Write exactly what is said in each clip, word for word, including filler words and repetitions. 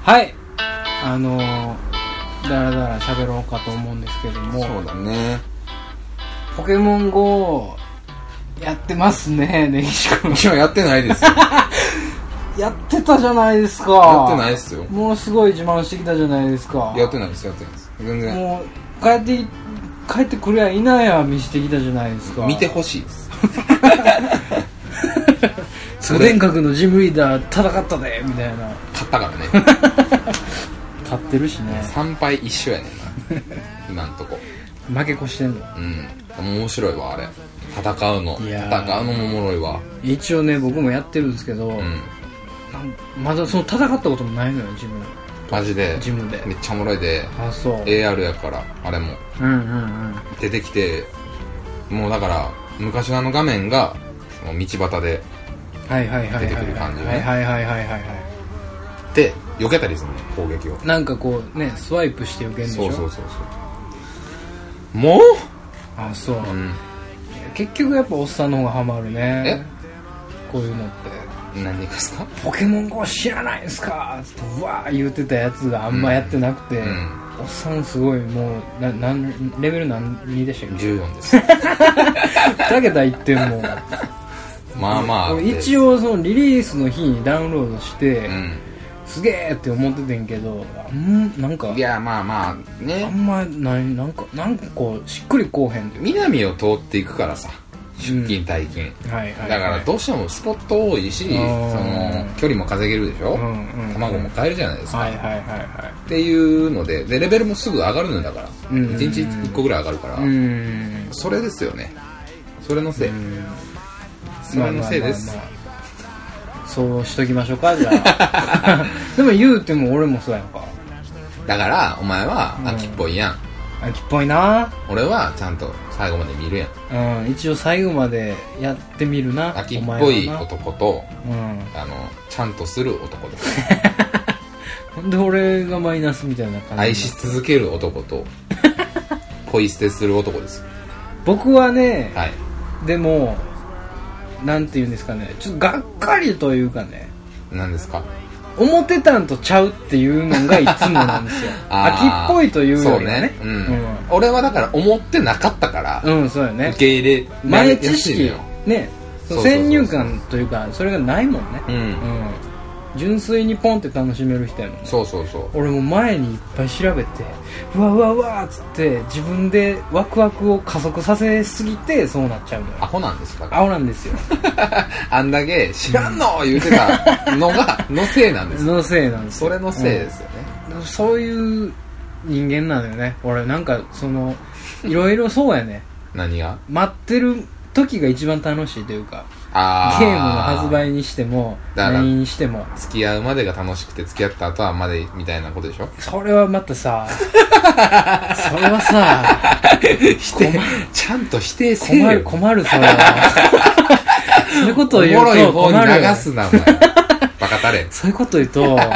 はいあのー、だらだら喋ろうかと思うんですけども、 そうだね、 ポケモン ゴー やってますね、根岸君。 いややってないですよやってたじゃないですか。 やってないですよ。 もうすごい自慢してきたじゃないですか。 やってないですやってないです全然。 もう帰って帰ってくりゃいなや見してきたじゃないですか。 見てほしいですお電閣のジムリーダー戦ったでみたいな。 勝ったからね勝ってるしね。 さんぱい一緒やねんな今んとこ。 負け越してんの。 うん面白いわあれ。戦うの戦うのもおもろいわ。 一応ね僕もやってるんですけど、うん、まだその戦ったこともないのよ自分。 マジでジムでめっちゃおもろいで。 あそうエーアール やからあれも、 うんうんうん、 出てきてもうだから昔のあの画面が道端で出てくる感じね。 はいはいはいはいはいはいで避けたりするの攻撃を。 なんかこうねスワイプして避けるんでしょ。 そうそうそうそうもうあそう、 うん、 結局やっぱおっさんの方がハマるね。 えこういうのって何ですか。 ポケモン ゴー 知らないんすかってうわー言ってたやつがあんまやってなくて、うんうん、おっさんすごいもうななんレベル何でしたっけ。 じゅうよんですに桁いってもまあまあ一応そのリリースの日にダウンロードして、うん、すげーって思っててんけどんなんかいやまあまあねあんまないなんかなんかこうしっくりこうへん。 南を通っていくからさ出勤退勤、うんはいはいはい、だからどうしてもスポット多いしその距離も稼げるでしょ、うんうん、卵も買えるじゃないですか、はいはいはいはい、っていうの で, でレベルもすぐ上がるのだから、うんうんうん、いちにちいっこぐらい上がるから、うんうん、それですよね。それのせい、うん、それのせいです、まあまあまあ、そうしときましょうかじゃあでも言うても俺もそうやんか。 だからお前は秋っぽいやん、 うん、秋っぽいな。 俺はちゃんと最後まで見るやん、うん、一応最後までやってみるな。 秋っぽい男と、うん、あのちゃんとする男ですなんで俺がマイナスみたいな感じ。 愛し続ける男とポイ捨てする男です。 僕はね、 はい、でもなんて言うんですかね、ちょっとがっかりというかね。 何ですか。 思ってたんとちゃうっていうのがいつもなんですよ秋っぽいというよりはね、 そうね、うんうん、俺はだから思ってなかったからうんそうよね、 受け入れ前知識ね、先入観というかそれがないもんね、うんうん、純粋にポンって楽しめる人やもんね。 そうそうそう。 俺も前にいっぱい調べてうわうわうわっつって自分でワクワクを加速させすぎてそうなっちゃうのよ。 アホなんですか。 アホなんですよあんだけ知らんの言うてたのがのせいなんですのせいなんですそれのせいですよね、 うん、そういう人間なのよね俺。なんかそのいろいろそうやね何が待ってる時が一番楽しいというか、あゲームの発売にしても何にしても付き合うまでが楽しくて付き合った後はまでみたいなことでしょ。 それはまたさそれはさ否定ちゃんと否定せえよ。 困る困るそれはそういうことを言うと困る。おもろい方に流すなお前バカたれ。 そういうこと言うと困る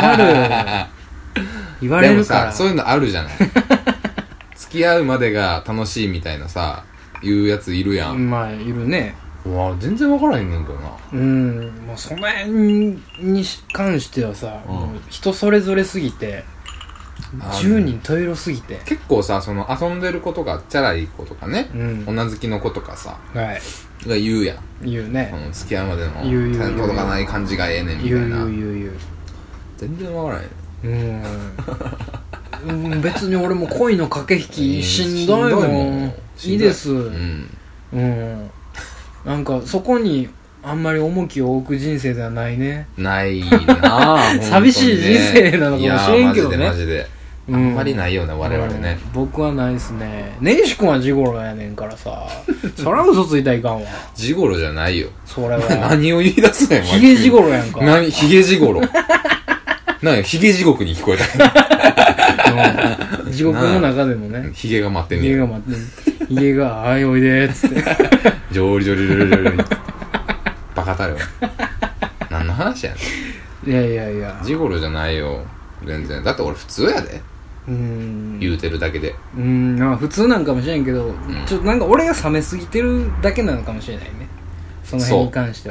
言われるから。でもさそういうのあるじゃない付き合うまでが楽しいみたいなさいうやついるやん。 まあいるね。 わ全然分からへんねんけどな。 うんもうその辺に関してはさ、うん、もう人それぞれすぎてじゅうにん十色すぎて結構さその遊んでる子とかチャラい子とかね、うん、女好きの子とかさ、はい、が言うやん。 言うね。 その付き合うまでの届かない感じがええねんみたいな。 言う言う言う言う全然分からへん。 うんうん別に俺も恋の駆け引きしんどいもん。いいです、うんうん、なんかそこにあんまり重きを置く人生ではないね。 ないな寂しい人生なのかもしれんけどね。 いやマジでマジで、うん、あんまりないよね我々ね、 うん、僕はないですね。根岸君はジゴロやねんからさそら嘘ついたらいかんわ。 ジゴロじゃないよそれは何を言い出すねん。 ヒゲジゴロやんか。 何ヒゲジゴロなんやヒゲ地獄に聞こえた地獄の中でもねヒゲが待ってんねん。 ヒゲが待ってんねん。ヒゲがはいおいでーっつってジョリジョリジョリジョリバカたれよ何の話やねん。いやいやいやジゴロじゃないよ全然。だって俺普通やで。うーん言うてるだけでうーんまあ普通なんかもしれんけど、うん、ちょっとなんか俺が冷めすぎてるだけなのかもしれないねその辺に関しては。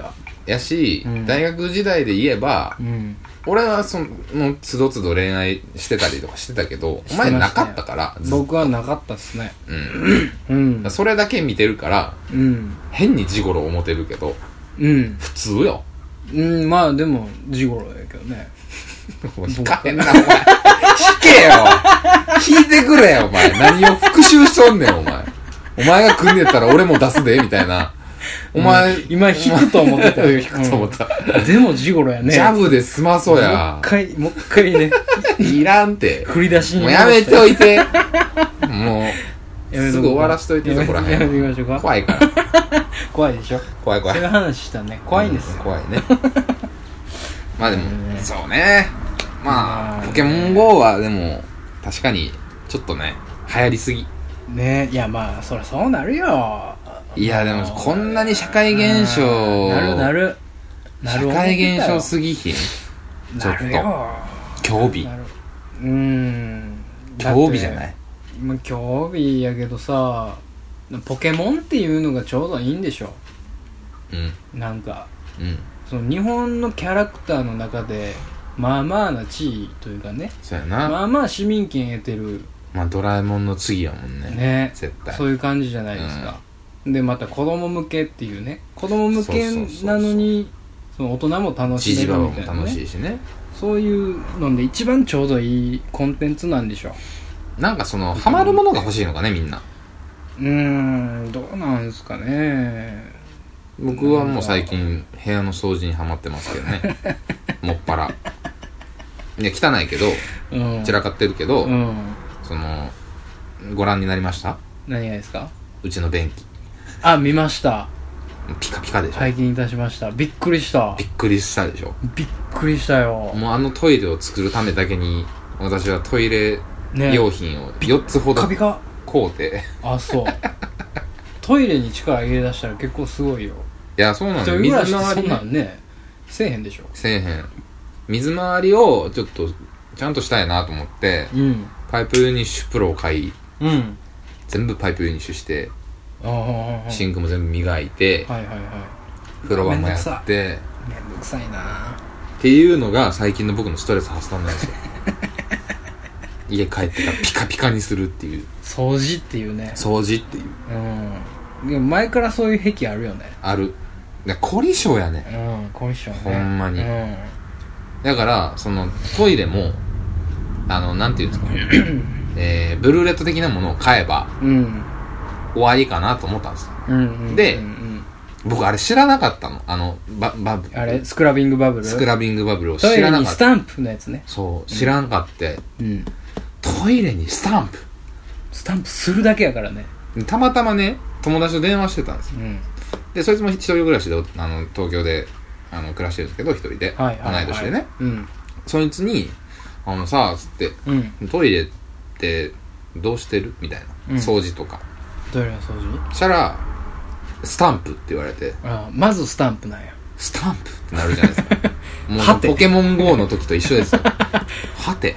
やし、うん、大学時代で言えば、うん、俺はそのつどつど恋愛してたりとかしてたけど、お前なかったから。 僕はなかったっすね。 うん。うん、それだけ見てるから、うん、変にジゴロ思ってるけど、うん、普通よ。 うん、まあでもジゴロやけどね。 もう引かへんな、お前。引けよ。引いてくれよ、お前。何を復習しとんねん、お前。お前が来んねやったら俺も出すで、みたいな。お前、うん、 今引くと思ってたよ。 引くと思った。 うん、でもジゴロやね。 ジャブで済まそうや。 もう一回、もう一回ね。 いらんて。 振り出しに。 もうやめておいて。もう、すぐ終わらしといて、そこらへん。 やめてみましょうか。 怖いから。 怖いでしょ。 怖い怖い。 そういう話したね。怖いんですよ。 うん、怖いね。まあでも、ね、そうね。まあ、ポケモン ゴー はでも、確かに、ちょっとね、流行りすぎ。 ね、いやまあ、そりゃそうなるよ。 いやでも、こんなに社会現象、 なるなる。 なる社会現象すぎひん。ちょっと。興味。 うーん。 興味じゃない？ まあ、興味やけどさ、ポケモンっていうのがちょうどいいんでしょ。うん。なんか、うん。その日本のキャラクターの中で、まあまあな地位というかね。 そうやな。 まあまあ市民権得てる。 まあドラえもんの次やもんね。 ね。 絶対。 そういう感じじゃないですか。うん、で、また子供向けっていうね。子供向けなのに、その大人も楽しめるみたいな、ね。 楽しいしね。 そういうので一番ちょうどいいコンテンツなんでしょう。なんかその、ハマるものが欲しいのかね、みんな。 うーん、どうなんですかね。 僕はもう最近部屋の掃除にハマってますけどね。もっぱら。いや、汚いけど、うん、散らかってるけど、うん、その、ご覧になりました？ 何がですか？ うちの便器。 あ、見ました。 ピカピカでしょ。 拝見いたしました。びっくりした。 びっくりしたでしょ。 びっくりしたよ。 もうあのトイレを作るためだけに、私はトイレ用品をよっつほど買うて。 あ、そう。トイレに力入れ出したら結構すごいよ。 いや、そうなんだよ。 水回りそんなんね、せえへんでしょ。 せえへん。水回りをちょっとちゃんとしたいなと思って、うん、パイプユニッシュプロを買い、うん、全部パイプユニッシュして、あシンクも全部磨いて、はいはいはい、風呂場もやってめんどくさいなっていうのが最近の僕のストレス発散なんですよ。家帰ってからピカピカにするっていう掃除っていうね掃除っていう、 うん、でも前からそういう癖あるよね。 ある。凝り性やね、 うん、凝り性ね、 ほんまに、うん、だからそのトイレもあのなんていうんですかえー、ブルーレット的なものを買えば、うん、終わりかなと思ったんですよ、うんうんうんうん、で僕あれ知らなかったの。あのババブあれスクラビングバブルスクラビングバブルを知らなかった。トイレにスタンプのやつね。 そう知らんかって、うん、トイレにスタンプスタンプするだけやからね。 たまたまね友達と電話してたんですよ、うん、でそいつも一人暮らしであの東京であの暮らしてるんですけど一人で、はいはいはい、同い年でね、うん、そいつにあのさつって、うん、トイレってどうしてるみたいな、うん、掃除とかトイレの掃除したらスタンプって言われて、 ああまずスタンプなんや。 スタンプってなるじゃないですか。もうポケモン ゴー の時と一緒ですよ。はて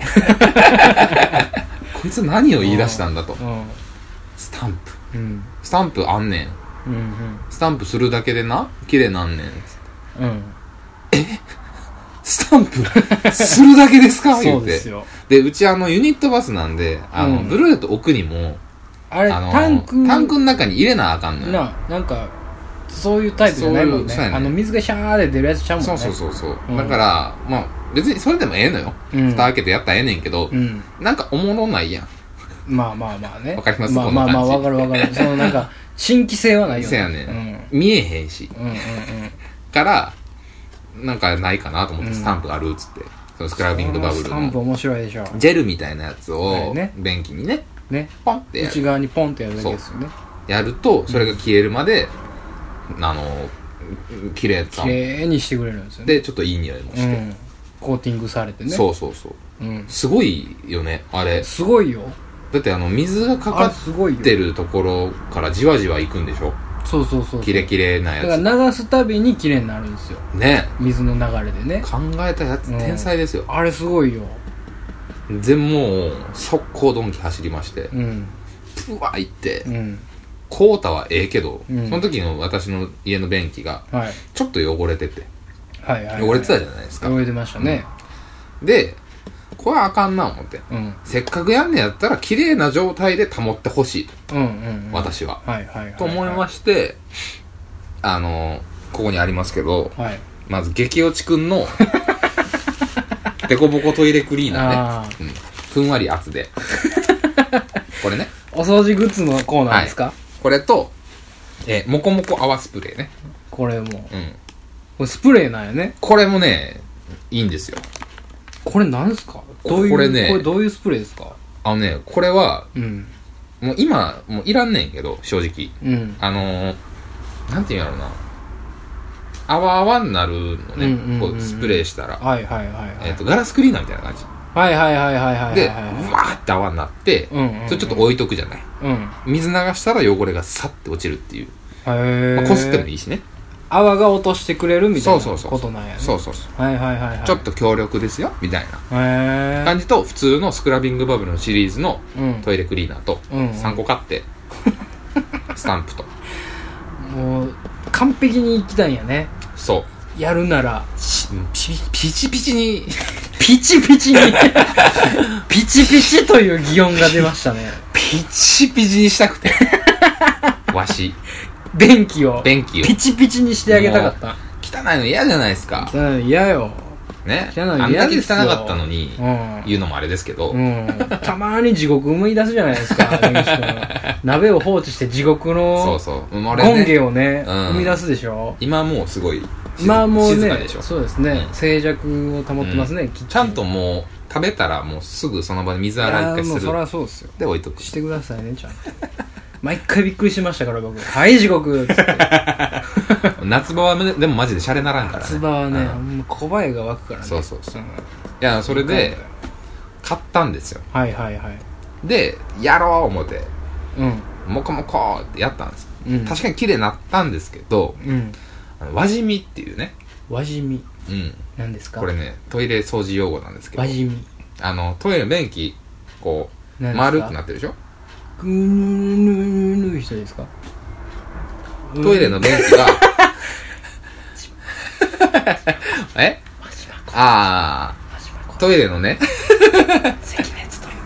こいつ何を言い出したんだと。スタンプ、うん、スタンプあんねん、うんうん、スタンプするだけでな綺麗なんねん、うん、えスタンプするだけですか言って。そうですよ。でうちあのユニットバスなんであの、うん、ブルーレット奥にもあれ、あのー、タンクタンクの中に入れなあかんのよな。なんかそういうタイプじゃないもんね。ねあの水がシャーで出るやつちゃうもんね。 そうそうそうそう、うん、だからまあ別にそれでもええのよ、うん、蓋開けてやったらええねんけど、うん、なんかおもろないやん。 まあまあまあね。 わかります？ まあまあまあわかるわかる。そのなんか新規性はないよね。 せやね、うん、見えへんし、うんうんうん、からなんかないかなと思ってスタンプあるっつって、そのスクラビングバブルのスタンプ面白いでしょ。 ジェルみたいなやつを便器にねねポンってやる、 内側にポンってやるだけですよね。 やるとそれが消えるまで、うん、あの綺麗綺麗にしてくれるんですよね。 でちょっといい匂いもして、うん、 コーティングされてね。 そうそうそう、うん、すごいよねあれ。 すごいよ。 だってあの水がかかってるところからじわじわいくんでしょ。 そうそうそうそう、 キレキレなやつだから流すたびにキレになるんですよね。 水の流れでね。 考えたやつ天才ですよ、 うん、あれすごいよ。 全もう速攻ドンキ走りまして、うん、プワーいって、うん、 コータはええけど、うん、その時の私の家の便器がちょっと汚れてて、はいはいはいはい、汚れてたじゃないですか。 汚れてましたね、 うん、でこれはあかんな思って、うん、せっかくやんねやったら綺麗な状態で保ってほしいと、うんうんうん、私は、はいはいはいはい、と思いまして、あのここにありますけど、はい、まず激落ちくんのデコボコトイレクリーナーね、うん、ふんわり圧でこれね、 お掃除グッズのコーナーですか、はい、 これと、えー、モコモコ泡スプレーね。 これも、うん、これスプレーなんやね。 これもねいいんですよ。 これなんですか？どういう、これね、これどういうスプレーですか？ あのね、これは、うん、もう今もういらんねんけど正直、うん、あのー、なんていうんやろうな、泡泡になるのね、うんうんうん、こうスプレーしたら、はいはいはいはい、えーと、ガラスクリーナーみたいな感じ。 はいはいはいはいはい。 で、うわーって泡になって、うんうんうん、それちょっと置いとくじゃない、うん、水流したら汚れがサッて落ちるっていう。へー、まあ、こすってもいいしね。 泡が落としてくれるみたいなことなんやね。 そうそうそう。 はいはいはいはい。 ちょっと強力ですよみたいな感じと、普通のスクラビングバブルのシリーズのトイレクリーナーとさんこ買って、うんうん、スタンプと。 もう完璧にいきたいんやね。 そう。 やるならピピチピチにピチピチにピチピチという擬音が出ましたね。 ピチピチにしたくてわし便器を便器をピチピチにしてあげたかった。 汚いの嫌じゃないですか。 汚いの嫌よね。汚いの嫌ですよ。あんだけ汚かったのに、うん、言うのもあれですけど、うん、 たまに地獄思い出すじゃないですか鍋を放置して地獄のそうそう、 ね、権下をね、うん、生み出すでしょ。 今もうすごい今はもうね、 静かでしょ。 そうですね、うん、静寂を保ってますね、うん、 ちゃんともう食べたらもうすぐその場で水洗い一回する。もうそりゃそうですよ。 で置いとくしてくださいね、ちゃんと毎回びっくりしましたから僕、はい地獄っつって夏場はでもマジでシャレならんからね。 夏場はね、うん、小林が湧くからね。 そうそうそう、うん、いやそれで買ったんですよ。 はいはいはい。 でやろう思って、うん、モコモコってやったんです、うん、確かに綺麗になったんですけど、うん、あの輪染みっていうね。 輪染み、 うん、 何ですか？ これねトイレ掃除用語なんですけど、 輪染み、 あのトイレの便器こう丸くなってるでしょ。 ぐーぬぬぬ人ですか？ トイレの便器がえああトイレのね赤熱と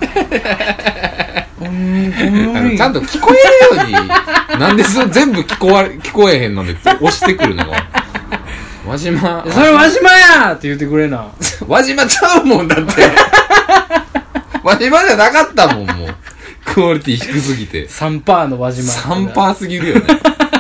いうちゃんと聞こえるようになんでそ全部聞こわ聞こえへんので押してくるのが輪島それ輪島やって言ってくれな輪島ちゃうもんだって輪島じゃなかったもん。もうクオリティ低すぎてさんパーセント の輪島さんパーセント すぎるよね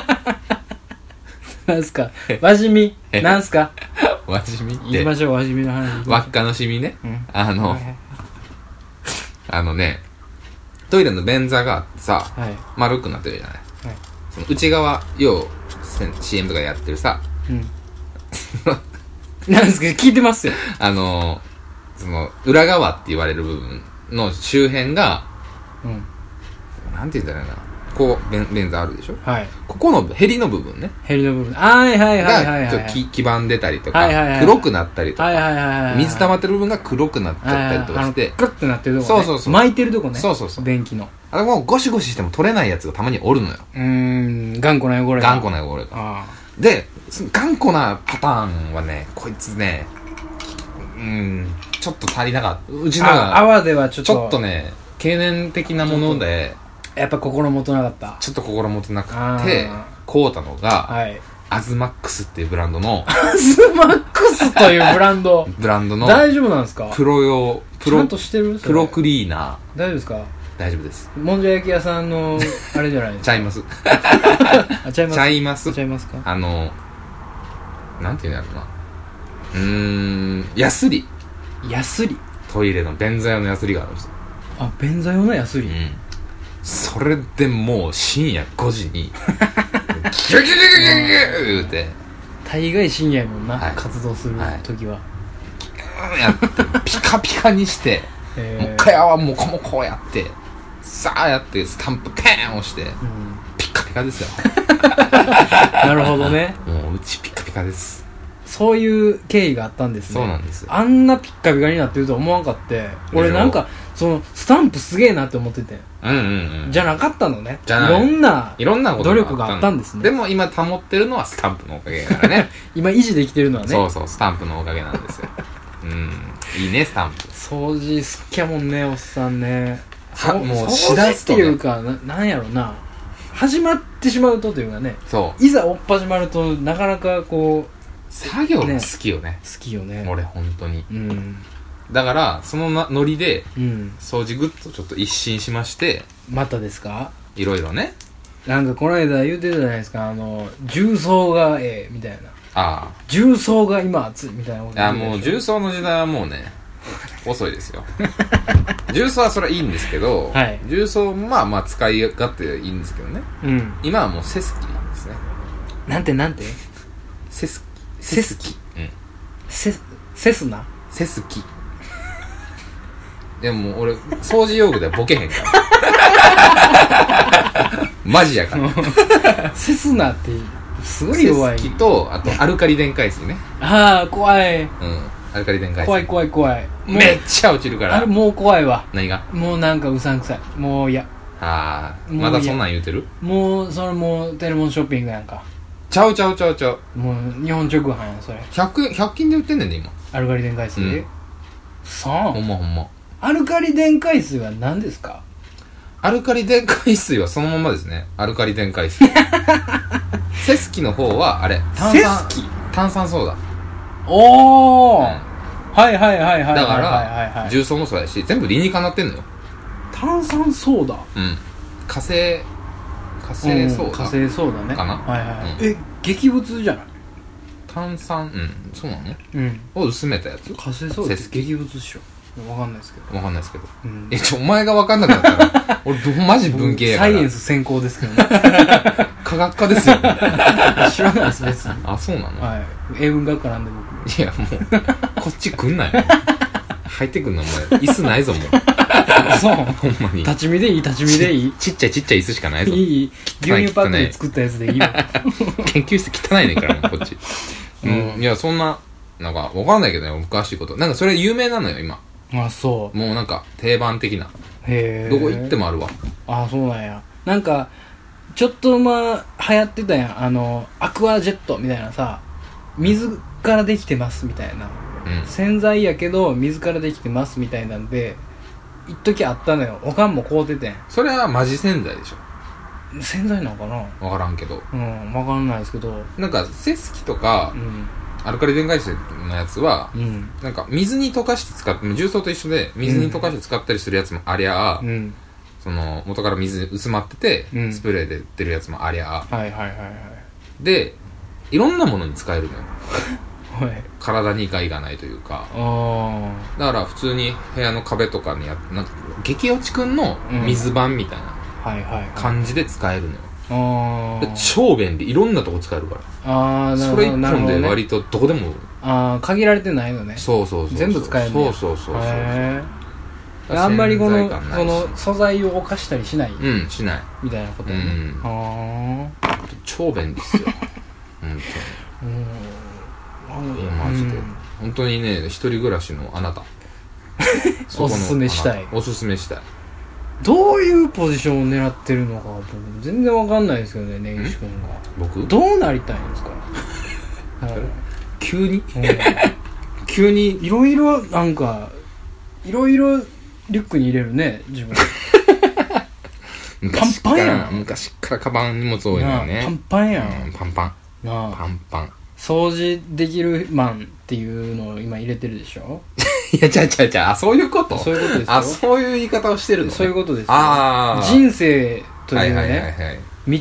なんすか輪染みなんすか輪染みって行きましょう。輪染みの話。 輪っかのシミね、うん、あの、はい、あのねトイレの便座がさ、はい、丸くなってるじゃない、はい、その内側要 シーエム とかでやってるさ、うん、 なんですか聞いてますよ。 あのその裏側って言われる部分の周辺が、うん、なんて言うんだろうな、こう便便座あるでしょ、はい、ここのヘリの部分ね、 ヘリの部分、はいはいはいはい、はい、 がちょっと黄ばんでたりとか、はいはいはい、黒くなったりとか、はいはいはいはい、水溜まってる部分が黒くなっちゃったりとかして、はいはい、 クルッてなってるとこね、そうそうそう、巻いてるとこね、 そうそうそう、 便器のあれもうゴシゴシしても取れないやつがたまにおるのよ。 うーん、頑固な汚れが、 頑固な汚れが。あでその頑固なパターンはね、こいつね、うん、ちょっと足りなかった。うちのが泡ではちょっとちょっとね経年的なものでやっぱ心もとなかった。 ちょっと心もとなくて買うたのが、はい、アズマックスっていうブランドのアズマックスというブランドブランドの大丈夫なんですか？ プロ用プロちゃんとしてる？ プロクリーナー大丈夫ですか？ 大丈夫です。 もんじゃ焼き屋さんのあれじゃないですか？ ちゃいますあ、ちゃいます。 ちゃいますちゃいますか？ あのなんていうんだろうな、うーん、ヤスリヤスリトイレの便座用のヤスリがあるんですよ。 あ、便座用のヤスリ、うん、 それでもう深夜ごじにギュギュギュギュギュギュ言うて大概深夜やもんな、はい、活動する時は、 はい、やってピカピカにしてもう一回泡もこもこうやってさあやってスタンプペーン押して、うん、ピカピカですよなるほどね。 もううちピカピカです。 そういう経緯があったんですね。 そうなんですよ。 あんなピッカピカになってると思わんかって、俺なんかそのスタンプすげえなって思ってて、 うんうんうん、 じゃなかったのね。 じゃない、 いろんないろんな努力があったんですね。 でも今保ってるのはスタンプのおかげだからね今維持できてるのはね、 そうそう、スタンプのおかげなんですようんいいね、スタンプ。 掃除好きやもんね、おっさんね。 はもうしだすと、ね、っていうか な, なんやろな、始まってしまうとというかね、 そういざおっ始まるとなかなかこう作業も好きよ ね, ね好きよね俺本当に、 うん、 だからそのなノリで、 うん、 掃除グッズをちょっと一新しまして。 またですか？ いろいろね、 なんかこの間言うてたじゃないですか、あの重曹がええみたいな、 ああ重曹が今熱いみたいなこと。 いやもう重曹の時代はもうね遅いですよ重曹はそれはいいんですけど、 はい、 重曹まあまあ使い勝手いいんですけどね、 うん、 今はもうセスキなんですね。 なんてなんてセスキセスキ、 うん、 セセスナセスキでももう俺掃除用具ではボケへんからマジやからセスナってすごい弱い。 セスキとあとアルカリ電解水ね。 ああ怖い、 うん、アルカリ電解水怖い怖い怖い、 めっちゃ落ちるから。 あれもう怖いわ。 何が？ もうなんかうさんくさい、もういや。 ああまだそんなん言うてる？ もうそれもうテレモンショッピングやんか。 ちゃうちゃうちゃうちゃう、 もう日本直販やんそれ。 ひゃくえんひゃく均で売ってんねんで今、 アルカリ電解水、うん、さあほんまほんま。 アルカリ電解水は何ですか？ アルカリ電解水はそのままですね。アルカリ電解水セスキの方はあれ炭酸セスキ炭酸ソーダ。 おー、うん、はいはいはいはいはいはい、はい、 だから重曹もそうやし全部理にかなってんのよ。 炭酸ソーダ、 うん火星火星ソーダ、うん、 火星ソーダねかな、 はいはい、 うん、 え劇物じゃない？ 炭酸、うんそうなの、 うん、 を薄めたやつ。 火星ソーダって劇物っしょ。わかんないですけど。 わかんないですけど、 うん、 えちょお前がわかんなかったら俺マジ文系やから。 サイエンス専攻ですけどね科学科ですよ知らないです別に。 あそうなの。 はい英文学科なんで僕。 いやもうこっち来んなよ入ってくんのお前椅子ないぞもうそうほんまに立ち見でいい立ち見でいいちっちゃいちっちゃい椅子しかないぞ。 いい牛乳パックで作ったやつでいいよ研究室汚いねんからもうこっち、うん、いやそんななんかわかんないけどね詳しいこと。なんかそれ有名なのよ今。 あそうもうなんか定番的な。 へえどこ行ってもあるわ。 あそうなんや。なんかちょっとまあ流行ってたやん、あのアクアジェットみたいなさ、水からできてますみたいな、うん、洗剤やけど水からできてますみたいなんで一時あったのよ。おかんも買うててん。 それはマジ洗剤でしょ。 洗剤なのかな分からんけど。 うん分かんないですけど、 なんかセスキとか、 うん、 アルカリ電解水のやつは、 うん、 なんか水に溶かして使って重曹と一緒で水に溶かして使ったりするやつもありゃあ、うん、その元から水薄まってて、うん、スプレーで売ってるやつもありゃあ、 はいはいはいはい。 でいろんなものに使えるのよはい、 体に害がないというか。 あだから普通に部屋の壁とかにやなんか激落ちくんの水板みたいな感じで使えるのよ、 あ超便利。いろんなとこ使えるから。 あそれ一本で割とどこでも、ね、 ああ限られてないのね。 そうそうそうそう全部使えるの。 そうそうそうそう。 あんまりこのその素材を侵したりしない。 うんしないみたいなことね、うん、 ああ超便利っすよ本当に。うんいやマジで、うん、本当にね一人暮らしのあなたおすすめしたい。 おすすめしたい。 どういうポジションを狙ってるのか僕全然わかんないですけどね。根岸君が僕どうなりたいんですか急に、うん、 急にいろいろなんかいろいろリュックに入れるね自分パンパンやん。 昔からカバン荷物多いのよね。 パンパンやん、 うん、パンパンなあパンパン。 掃除できるマンっていうのを今入れてるでしょいや、ちゃうちゃうちゃう。あ、そういうこと？ そういうことですよ。 あ、そういう言い方をしてるの、ね、 そういうことですよ。 あ人生というね、 はいはいはいはい、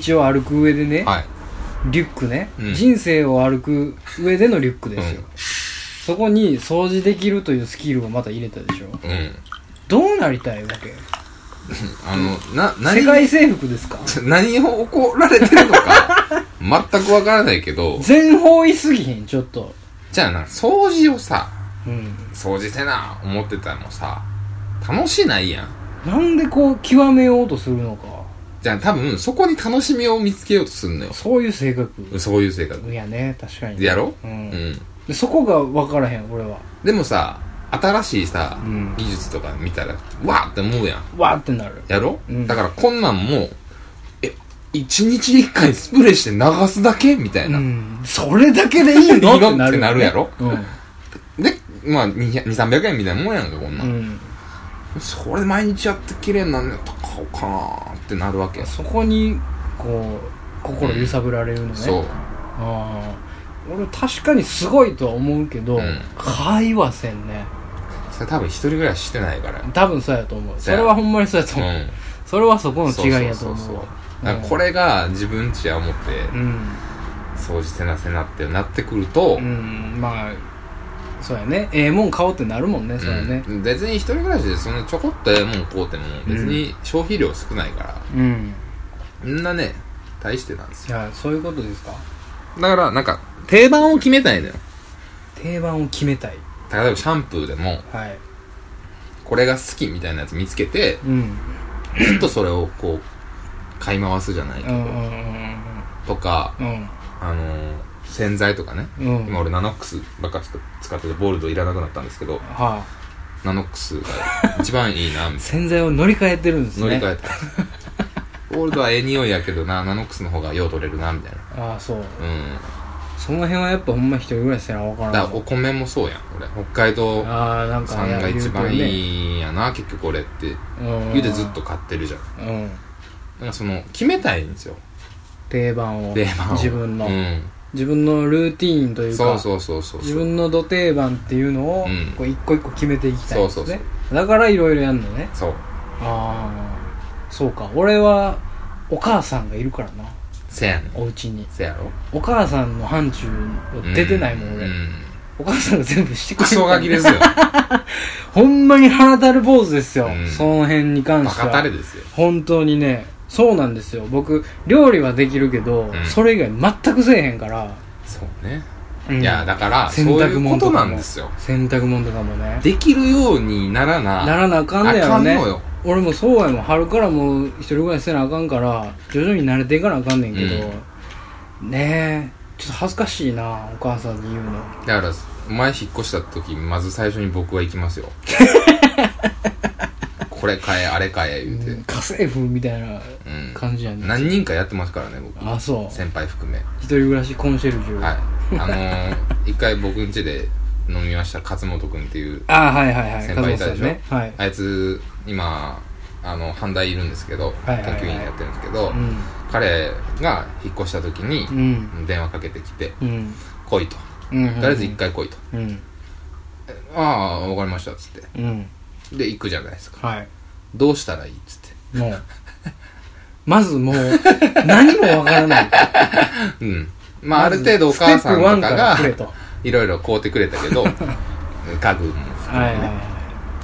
道を歩く上でね、 はい、 リュックね、 うん、 人生を歩く上でのリュックですよ、うん、そこに掃除できるというスキルをまた入れたでしょ、 うん、 どうなりたいわけあの、な、何世界征服ですか？ 何を怒られてるのか全くわからないけど全方位すぎひんちょっと。 じゃあな、掃除をさ、 うん、 掃除せな思ってたらもうさ楽しないやん。 なんでこう極めようとするのか。 じゃあ多分そこに楽しみを見つけようとするのよ。 そういう性格。 そういう性格。 いやね確かに。 やろ？ うん、うん、でそこが分からへん俺は。 でもさ新しいさ、うん、技術とか見たらわーって思うやん。 わーってなるやろ、うん、だからこんなんもえ一日一回スプレーして流すだけみたいな、うん、 それだけでいいのってなる、 ってなるやろ、うん、でまあにひゃく、さんびゃくえんみたいなもんやんかこんなん、うん、それ毎日やって綺麗になんねやったら買おうかなってなるわけ。 そこにこう心揺さぶられるのね、うん、そう。あ俺確かにすごいとは思うけど、うん、買いはせんね。 それ多分一人暮らししてないから多分そうやと思う。それはほんまにそうやと思う、うん、それはそこの違いやと思う。そうそうそうそう、 だからこれが自分ちや思って、うん、掃除せなせなってなってくると、 うん、まあそうやね、ええもん買おうってなるもんね、うん、そうやね。 別に一人暮らしでそのちょこっとええもん買うても別に消費量少ないから、うん、みんなね大してなんですよ。 いやそういうことですか。 だからなんか定番を決めたいのよ。 定番を決めたい。 例えばシャンプーでも、はい、これが好きみたいなやつ見つけて、うん、ずっとそれをこう買い回すじゃないけど、うんうんうんうん、とか、うん、あのー、洗剤とかね、うん、今俺ナノックスばっか使っててボールドいらなくなったんですけど、はあ、ナノックスが一番いいなみたいな。 洗剤を乗り換えてるんですね。 乗り換えてゴールドはええ匂いやけどな、ナノックスの方がよう取れるなみたいな。 ああそう、うん、その辺はやっぱほんま一人暮らしせな分からん。 だからお米もそうやん。俺北海道さんが一番いいんやな、結局俺って言うてずっと買ってるじゃん、うん、だからその決めたいんですよ、 定番を。 定番を自分の、うん、自分のルーティーンというか、 そうそうそうそう、 自分のド定番っていうのを、うん、こう一個一個決めていきたいんですね。そうそうそう、だからいろいろやんのね。そう。ああそうか。俺はお母さんがいるからな。 せやねん。 お家に。 せやろ。 お母さんの範疇出てないもん、俺、うん、お母さんが全部してくれる。 クソガキですよほんまに鼻たる坊主ですよ、うん、その辺に関しては。 バカタレですよ本当にね。そうなんですよ。僕料理はできるけど、うん、それ以外全くせえへんから。 そうね、うん、いやだからそういうことなんですよ。 洗濯物とかもねできるようにならなならなあかんねやろね。あかんのよ。俺もそうやもん。春からもう一人暮らしせなあかんから徐々に慣れていかなあかんねんけど、うん、ねえちょっと恥ずかしいなお母さんに言うの。 だから前引っ越した時まず最初に僕は行きますよこれ買えあれ買え言うて、うん、 家政婦みたいな感じやね、うん、 何人かやってますからね僕。 あそう。 先輩含め一人暮らしコンシェルジュ。 はいあのー、一回僕ん家で飲みました勝本くんっていうあはいはいはい先輩いたでしょ、 ねはい、 あいつ今あの阪大いるんですけど、はいはいはい、研究員やってるんですけど、うん、彼が引っ越した時に、うん、電話かけてきて、うん、来いと、うんうんうん、とりあえず一回来いと、うん、ああ分かりましたっつって、うん、で行くじゃないですか、はい、どうしたらいいっつってもうまずもう何も分からないうんまあ、ある程度お母さんとかがいろいろ買うてくれたけど家具も含めね、はいはいはい、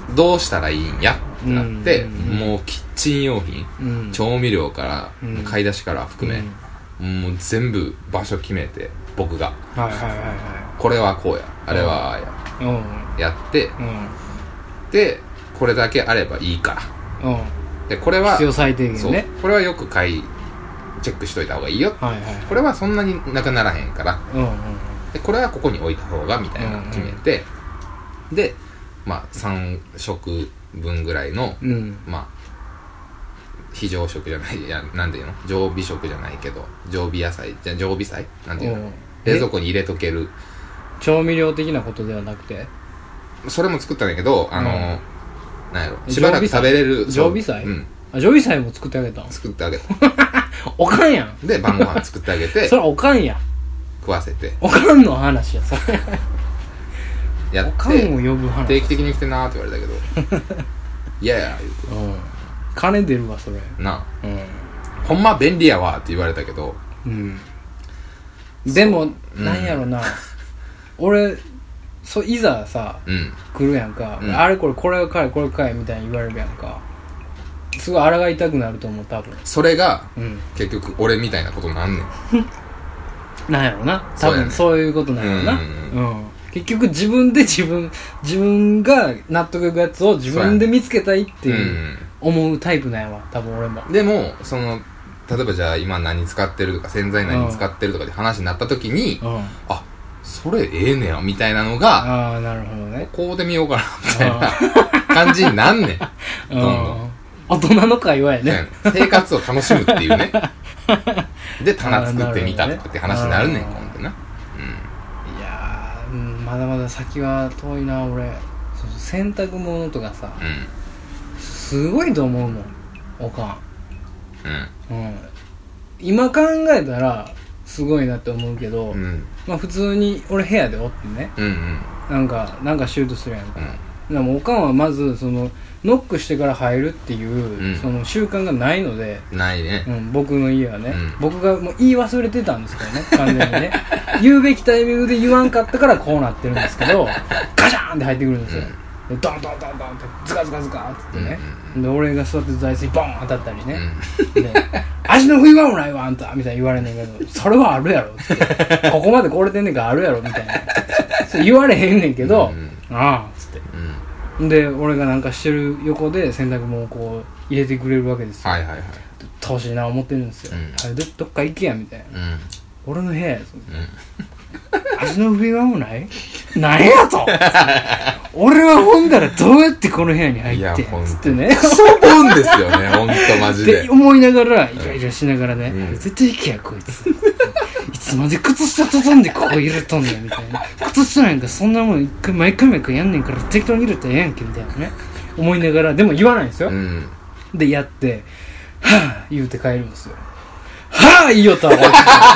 どうしたらいいんやってなって、うんうんうん、もうキッチン用品、うん、調味料から、うん、買い出しから含め、うん、もう全部場所決めて僕が、はいはいはいはい、これはこうやあれはああや、うん、やって、うん、でこれだけあればいいから、うん、でこれは必要最低限ね。 これはよく買いチェックしといた方がいいよ、はいはいはい、これはそんなになくならへんから、うんうんうん、でこれはここに置いた方がみたいなの決めて、うんうん、でまあさん食分ぐらいの、うん、まあ非常食じゃないいやなんていうの常備食じゃないけど常備野菜じゃ常備菜なんていうの、うん、冷蔵庫に入れとける調味料的なことではなくてそれも作ったんだけどあの、うん、なんやろしばらく食べれる常備菜、うん、あ常備菜も作ってあげたの。 作ってあげたおかんやん。 で晩ご飯作ってあげてそれおかんや食わせておかんの話やそれやっておかんを呼ぶ話定期的に来てなーって言われたけどいやいや言うて、うん、 金出るわそれなあ、 うん、ほんま便利やわって言われたけど、うん、 でもなんやろな、うん、俺そいざさ、うん、来るやんか、うん、あれこれこれ買えこれ買えみたいに言われるやんかすごい抗いたくなると思う多分それが、うん、結局俺みたいなことなんねんなんやろな多分そういうことなんやろな、うん、うん、結局自分で自分自分が納得いくやつを自分で見つけたいっていう思うタイプなんやわ多分俺も。 でもその例えばじゃあ今何使ってるとか洗剤何使ってるとかで話になった時に、うん、あそれええねやみたいなのが、 ああなるほどね、 こうでみようかなみたいな感じになんねんどんどん大人の会話やね、 うん、生活を楽しむっていうねで棚作ってみたとかって話になるねん今度な、 うん、いやー、うん、まだまだ先は遠いな俺。そうそう洗濯物とかさ、うん、すごいと思うもんおかん、うんうん、今考えたらすごいなって思うけど、うん、まあ普通に俺部屋でおってね、うんうん、なんかなんかシュートするやんか、うん、でもおかんはまずそのノックしてから入るっていう、うん、その習慣がないので、 ないね、 うん、僕の家はね、うん、僕がもう言い忘れてたんですけどね完全にね言うべきタイミングで言わんかったからこうなってるんですけどガシャーンって入ってくるんですよ、うん、でドンドンドンドンってズカズカズカってね、うんうん、で俺が座って座椅子にボン当たったりね、うん、で足の冬はもないわあんたみたいに言われんねんけどそれはあるやろってここまでこれてんねんからあるやろみたいなそれ言われへんねんけど、うん、ああっつって、うん、で俺がなんかしてる横で洗濯物をこう入れてくれるわけですよ、はいはいはい、楽しいな思ってるんですよ、うん、ど, どっか行けやみたいな、うん、俺の部屋やぞ、うん、足の冬はもないなんやと俺はほんだらどうやってこの部屋に入ってんつってねクソボンですよねほんとマジでって思いながらイライラしながらね、うん、絶対行けやこいついつまで靴下畳んでここ入れとんねんみたいな靴下なんかそんなもん一回毎回毎回やんねんから適当に入れたらええやんけみたいなね思いながらでも言わないんですよ、うん、でやってはぁ言うて帰るんですよはぁ言いよったわ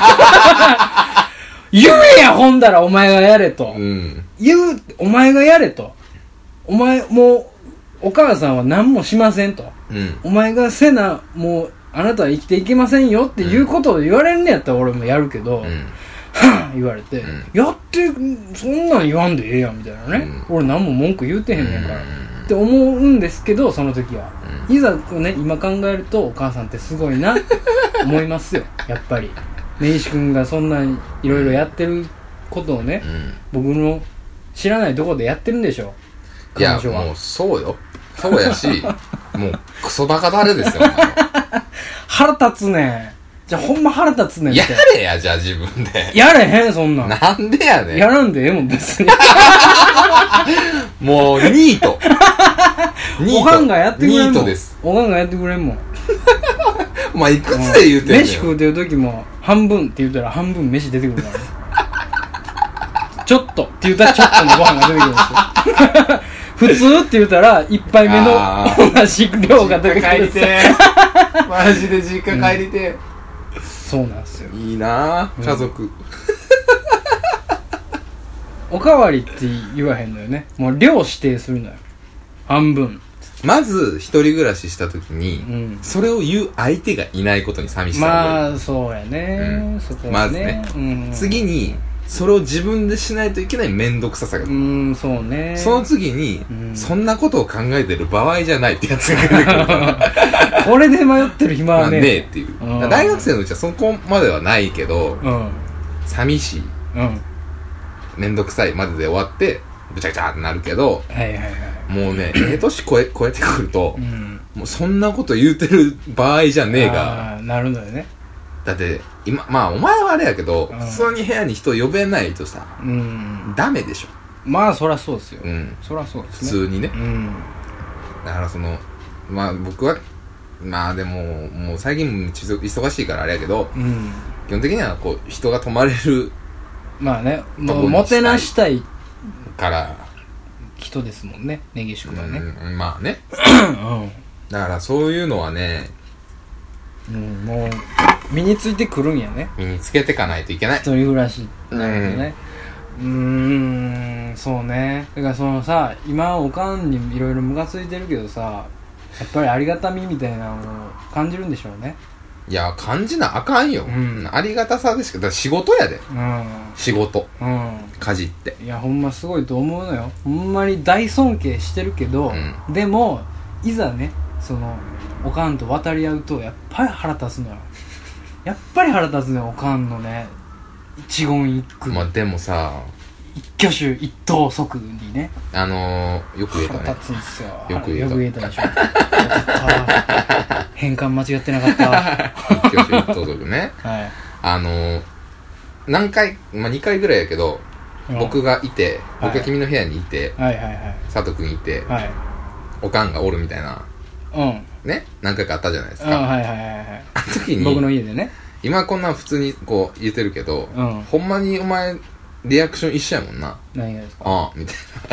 言えやほんだらお前がやれと、うん、言うお前がやれとお前もうお母さんは何もしませんと、うん、お前がせなもうあなたは生きていけませんよっていうことを言われんねやったら俺もやるけど、うん、はぁ言われて、うん、やってそんなん言わんでええやんみたいなね、うん、俺何も文句言うてへんねんから、うん、って思うんですけどその時は、うん、いざね今考えるとお母さんってすごいなって思いますよやっぱり根岸君がそんないろいろやってることをね、うん、僕の知らないところでやってるんでしょいやもうそうよそうやしもうクソバカだれですよ腹立つねんじゃあほんま腹立つねんってやれやじゃあ自分でやれへんそんなんなんでやねんやらんでええもん別にもうニートニートおかんがやってくれんもんニートですおかんがやってくれんもんお前いくつで言うてんねん飯食うてる時も半分って言ったら半分飯出てくるからねちょっとって言ったらちょっとのご飯が出てくるんですよ普通って言ったら一杯目の同じ量が出てくるんですよマジで実家帰りて、 うん、そうなんですよいいな家族、うん、 おかわりって言わへんのよねもう量指定するのよ半分まず一人暮らしした時に、うん、それを言う相手がいないことに寂しさをまあそうやね、うん、そこはねまずね、 うん、次にそれを自分でしないといけない面倒くささがうんそうねその次に、うん、そんなことを考えてる場合じゃないってやつが出てくるからこれで迷ってる暇はねえ、 ねえっていう、うん、大学生のうちはそこまではないけど、うん、寂しい、うん、面倒くさいまでで終わってぐちゃぐちゃってなるけど、はいはいはい、もうねええ年超え超えてくると、うん、もうそんなこと言うてる場合じゃねえがあなるのよねだって今まあお前はあれやけど、うん、普通に部屋に人呼べないとさ、うん、ダメでしょまあそりゃそうですよ、うん、そりゃそうですね普通にね、うん、だからそのまあ僕はまあでももう最近忙しいからあれやけど、うん、基本的にはこう人が泊まれるまあねもうもてなしたいから人ですもんね根岸君はね、 うん、まあね、うん、だからそういうのはね、 うん、もう身についてくるんやね身につけていかないといけない一人暮らしなるとねうーんそうねだからそのさ今おかんにいろいろムカついてるけどさやっぱりありがたみみたいなのを感じるんでしょうねいや感じなあかんよ、うん、ありがたさですけどだから仕事やで、うん、仕事、うん、家事っていやほんますごいと思うのよほんまに大尊敬してるけど、うん、でもいざねそのおかんと渡り合うとやっぱり腹立つのよやっぱり腹立つのよおかんのね一言一句まあでもさ一挙手一投足にねあのー、よく言えたね腹立つんですよよく言えたよく言えたでしょよかった変換間違ってなかった一挙手一投足ねはいあのー、何回まあにかいぐらいやけど僕がいて、僕が君の部屋にいて、 はいはいはい、 佐藤くんいて、 はい、 おかんがおるみたいな、うん、ね、何回かあったじゃないですか。 あ、はいはいはいはい。 あの時に僕の家でね。 今こんなん普通にこう言ってるけど、うん、ほんまにお前リアクション一緒やもんな。 何がですか？ ああみたい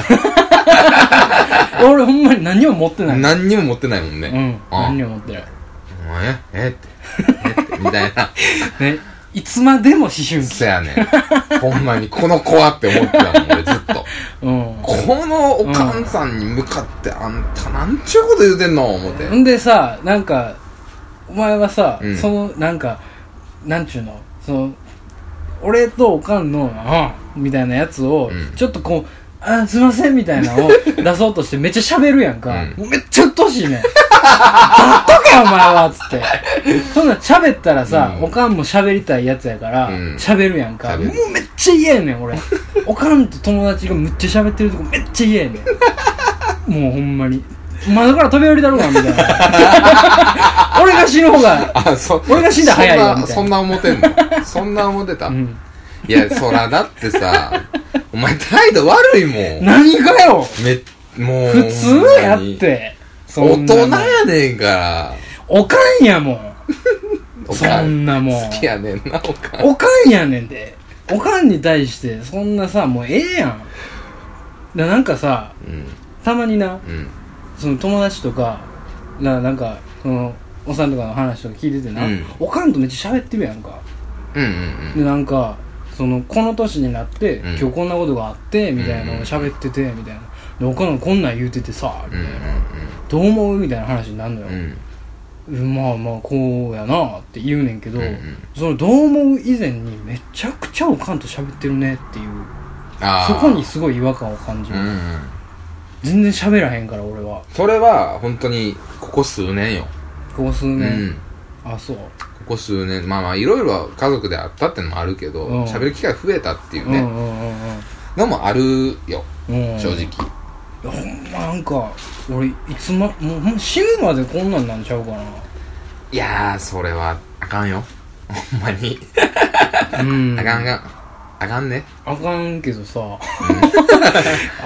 な。俺ほんまに何にも持ってない。 何にも持ってないもんね。 うん。ああ何にも持ってない。 ええってえってみたいな。 ね。いつまでも思春期。 そやねん。ほんまにこの子はって思ってたもん俺ずっと。うん。このおかんさんに向かってあんたなんちゅうこと言うてんの思って。 んでさ、なんかお前はさ、うん、そのなんかなんちゅうのその俺とおかんのあみたいなやつを、うん、ちょっとこうあすいませんみたいなのを出そうとしてめっちゃ喋るやんか、うん、もうめっちゃうっとうしいねんだっとけお前はつってそんな喋ったらさ、うん、おかんも喋りたいやつやから喋、うん、るやんか、もうめっちゃ嫌やねん俺おかんと友達がむっちゃ喋ってるとこめっちゃ嫌やねんもうほんまに窓から飛び降りだろうなみたいな俺が死ぬ方があそ俺が死んだら早いよみたいなそんな思ってんのそんな思ってた、うん、いやそらだってさお前態度悪いもん何かよめもう普通やって大人やねんからおかんやもんそんなもん好きやねんなおかんおかんやねんでおかんに対してそんなさもうええやんだなんかさ、うん、たまにな、うん、その友達とかな、なんかそのおさんとかの話とか聞いててな、うん、おかんとめっちゃ喋ってるやんか、うんうんうん、でなんかそのこの年になって、うん、今日こんなことがあってみたいなのを喋っててみたいなでおかんこんなん言うててさみたいな、うんうんうん、どう思うみたいな話になるのよ、うん、まあまあこうやなって言うねんけど、うんうん、そのどう思う以前にめちゃくちゃおかんと喋ってるねっていうそこにすごい違和感を感じる、うんうん、全然喋らへんから俺はそれは本当にここ数年よここ数年、うん、あそうここ数年まあまあいろいろ家族であったってのもあるけど喋、うん、る機会増えたっていうね、うんうんうんうん、のもあるよ、うん、正直いやほんまなんか俺いつまもう死ぬまでこんなんなんちゃうかな。 いやーそれはあかんよほんまにうんあかんあかんあかんねあかんけどさ、うん、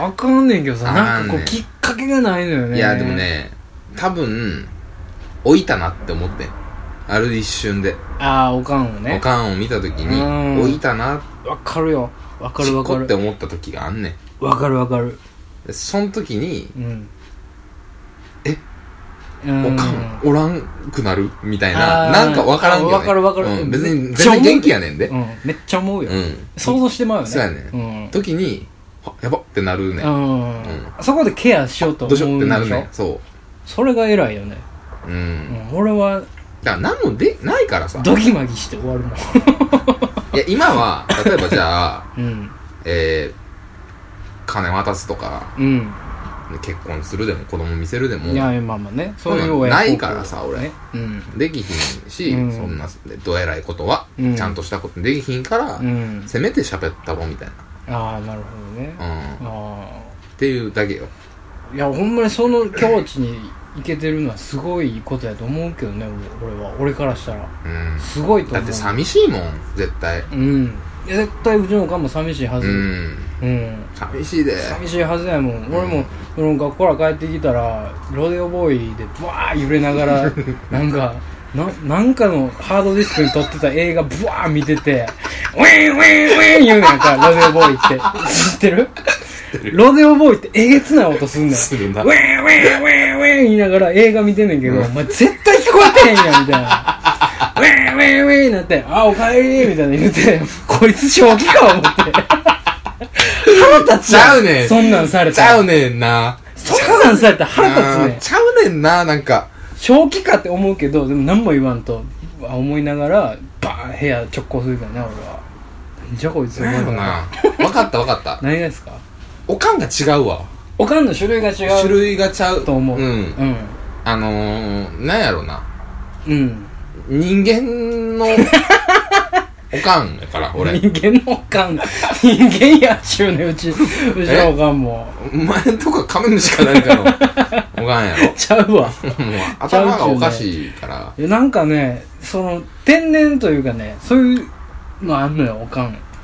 あかんねんけどさなんかこうきっかけがないのよね。 いやでもね多分置いたなって思ってんある一瞬でああおかんをねおかんを見た時に置いたなわかるよわかるわかるって思った時があんねんわかるわかるその時に、うん、えおかんおらんくなるみたいななんかわからんけどねわかるわかる、 うん、別に全然元気やねんで、 うん、めっちゃ思うよ、うん、想像してまうよねそうやね、うん、時にやばってなるね、 うんうん、そこでケアしようと思うでしょどうしようってなるねそうそれが偉いよねうん、うん、俺はだから何もでないからさドギマギして終わるもんいや今は例えばじゃあ、うんえー、金渡すとか、うん、結婚するでも子供見せるでもいやまあまあねそういうのないからさ俺、ねうん、できひんし、うん、そんなどえらいことは、うん、ちゃんとしたことできひんから、うん、せめて喋ったろみたいなああなるほどね、うん、 あっていうだけよいやほんまにその境地にいけてるのはすごいことやと思うけどね俺は俺からしたら、うん、すごいと思うだって寂しいもん絶対うん絶対うちのおかんも寂しいはず、うんうん、寂しいで寂しいはずやもん、うん、俺もその学校から帰ってきたらロデオボーイでブワー揺れながらなんかななんかのハードディスクに撮ってた映画ブワー見ててウィーンウィーンウィーン言うねんかロデオボーイって知ってるロデオボーイってえげつない音すんねんするなウィーンウィーンウィーンウィーン言いながら映画見てんねんけど、うん、お前絶対聞こえてへんやんみたいなウィーンウィーンウィーンなってあおかえりみたいな言うてこいつ正気か思って腹立つちゃうねんそんなんされたちゃうねんなそんなんされたら腹立つねんちゃうねんななんか正気かって思うけどでも何も言わんと思いながらバーン部屋直行するからね俺はじゃあこいつ思うな分かった分かった何がですかおかんが違うわおかんの種類が違う種類がちゃうと思ううん、うん、 あのー、なんやろなうん人間のおかんやから俺人間のおかん人間やっちゅうねうちうちのおかんもお前んとこはカメムシか何かのおかんやろちゃうわもう頭がおかしいからいやなんかねその天然というかねそういうのあんのよおかん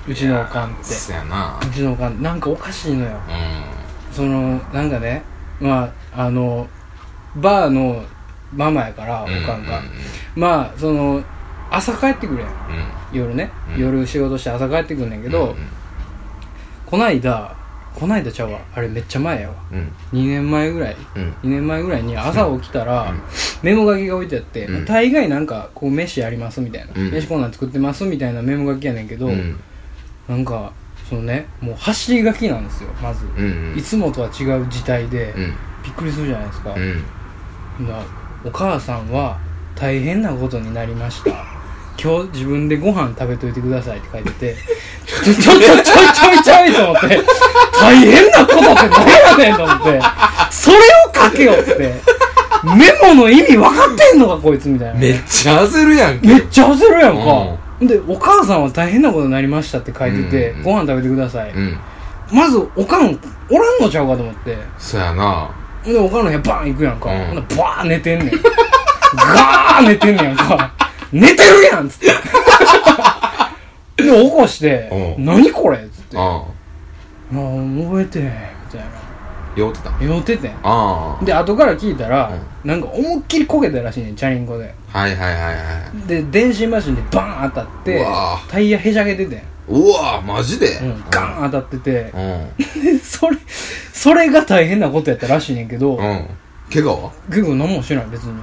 うちのおかんってそうやな、 うちのおかんなんかおかしいのよ、 うん、 そのなんかね、まああのバーのママやからおかんが、うんうんうん、まあその朝帰ってくるやん、うん、夜ね、うん、夜仕事して朝帰ってくるんねんけど、うんうん、こないだこないだちゃうわ、あれめっちゃ前やわ、うん、にねんまえぐらい、うん、にねんまえぐらいに朝起きたら、うん、メモ書きが置いてあって、うん、大概なんかこう飯やりますみたいな、うん、飯こんなん作ってますみたいなメモ書きやねんけど、うん、なんかそのねもう走り書きなんですよまず、うんうん、いつもとは違う字体で、うん、びっくりするじゃないですか、うん、お母さんは大変なことになりました、今日自分でご飯食べといてくださいって書いててちょちょちょちょいちょいちょいと思って大変なことって何やねんと思ってそれを書けよってメモの意味分かってんのかこいつみたいな、 めっちゃ焦るやんけ、 めっちゃ焦るやんか、うん、でお母さんは大変なことになりましたって書いてて、うんうん、ご飯食べてください、うん、まずおかんおらんのちゃうかと思って、 そやな、 でおかんの部屋バーン行くやんか、うん、ほんならバーン寝てんねんガーン寝てんねんやんか寝てるやんっつってで起こして何これっつってああ覚えてみたいな酔ってた酔っててあで後から聞いたら、うん、なんか思いっきりこけたらしいねんチャリンコで、 はいはいはいはいで電信マシンでバーン当たってタイヤへしゃげててん、 うわマジで、 うん、ガーン当たってて、うん、でそれそれが大変なことやったらしいねんけど、うん怪我は怪我何もしてない別に、うん、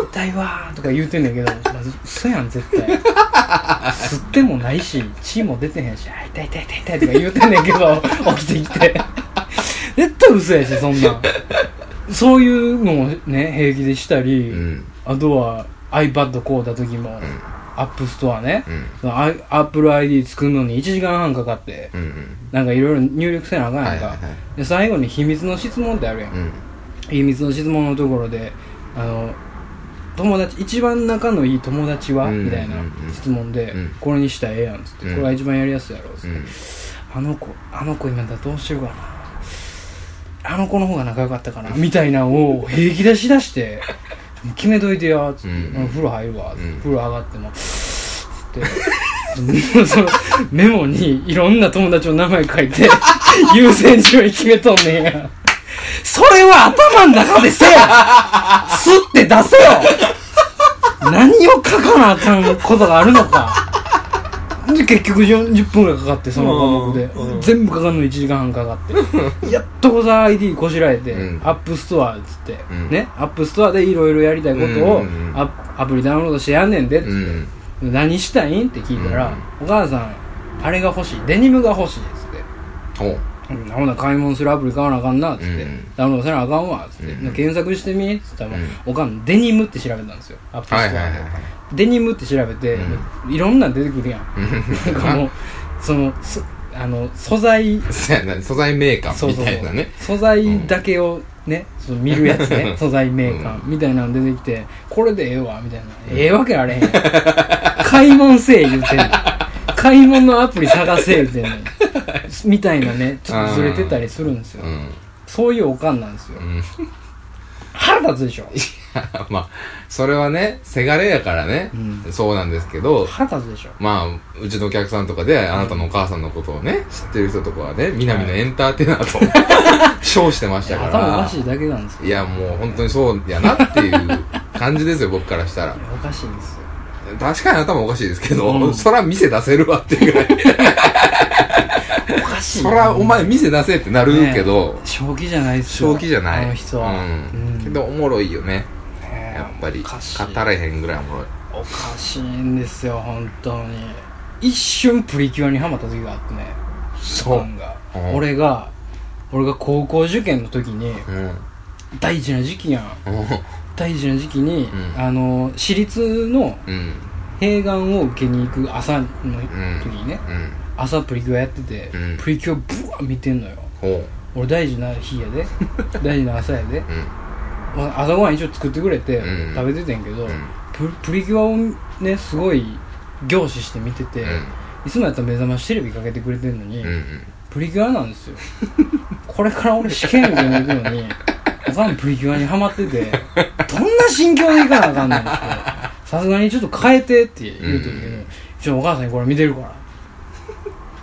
痛いわーとか言うてんねんけどまず嘘やん絶対吸ってもないし血も出てへんしあ痛い痛い痛い痛いとか言うてんねんけど起きてきて絶対嘘やしそんなそういうのをね平気でしたり、うん、あとは iPad 買うた時も、うん、アップストアね、うん、その Apple アイディー 作るのにいちじかんはんかかって、うんうん、なんかいろいろ入力せなあかんやんか、はいはいはい、で最後に秘密の質問ってあるやん、うん秘密の質問のところであの友達一番仲のいい友達は、うん、みたいな質問で、うん、これにしたらええやんっつって、うん、これが一番やりやすいやろっつって、うん、あの子あの子今だどうしてるかなあの子の方が仲良かったかなみたいなのを平気出し出して決めといてやっつって、うん、風呂入るわっつって、うん、風呂上がってもつってそのメモにいろんな友達の名前書いて優先順位決めとんねんやそれは頭の中でせよすって出せよ何を書かなあかんことがあるのかで結局よんじゅっぷんぐらいかかってその項目で、うん、全部かかるのいちじかんはんかかってやっとこさ アイディー こしらえて、うん、アップストアっつって、うん、ねアップストアでいろいろやりたいことを、うん、ア, アプリダウンロードしてやんねんでっつって、うん、何したいんって聞いたら、うん、お母さんあれが欲しいデニムが欲しいっつっておほな買い物するアプリ買わなあかんなっつって、うん、ダウンロードせなあかんわっつって、うん、検索してみっつったら、うん、おかんデニムって調べたんですよアップストアで、はいはいはいはい、デニムって調べて、うん、いろんなの出てくるやんなんかもうそのそあの素材素材メーカーみたいなねそうそうそう素材だけをね、その見るやつね素材メーカーみたいなの出てきてこれでええわみたいな、うん、ええわけあれへんやん買い物せえ言うてんの買い物アプリ探せ言うてんのみたいなねちょっとずれてたりするんですよ、うん、そういうおかんなんですよ、うん、腹立つでしょいやまあそれはねせがれやからね、うん、そうなんですけど腹立つでしょまあうちのお客さんとかであなたのお母さんのことをね知ってる人とかはね南のエンターテイナーと、はい、称してましたから頭おかしいだけなんですけどいやもう本当にそうやなっていう感じですよ僕からしたらおかしいんですよ確かに頭おかしいですけど、うん、そら店出せるわっていうぐらいおかしい、 そらお前店出せってなるけど、 ね、正気じゃないっすよ正気じゃないあの人は、 うんうん、けどおもろいよね、ねやっぱり語れへんぐらいおもろいおかしいんですよ本当に一瞬プリキュアにハマった時があってねそうが、うん、俺が俺が高校受験の時に、うん、大事な時期やん、うん大事な時期に、うん、あの私立の併願を受けに行く朝の時にね、うん、朝プリキュアやってて、うん、プリキュアブワー見てんのよ、うん、俺大事な日やで大事な朝やで、うん、朝ごはん一応作ってくれて、うん、食べててんけど、うん、プ, プリキュアをねすごい凝視して見てて、うん、いつもやったら目覚ましテレビかけてくれてんのに、うん、プリキュアなんですよこれから俺試験受けに行くのにおかんプリキュアにハマっててどんな心境でいかなあかんねんってさすがにちょっと変えてって言うとるけど、うん、ちょっとお母さんにこれ見てるから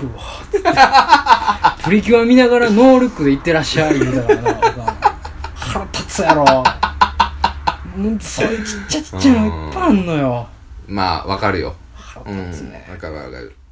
くわプリキュア見ながらノールックで行ってらっしゃいみたいな腹立つやろそういうちっちゃちっちゃいのいっぱいあんのよ。 まあわかるよ。 腹立つね、 うん、わかるわかる。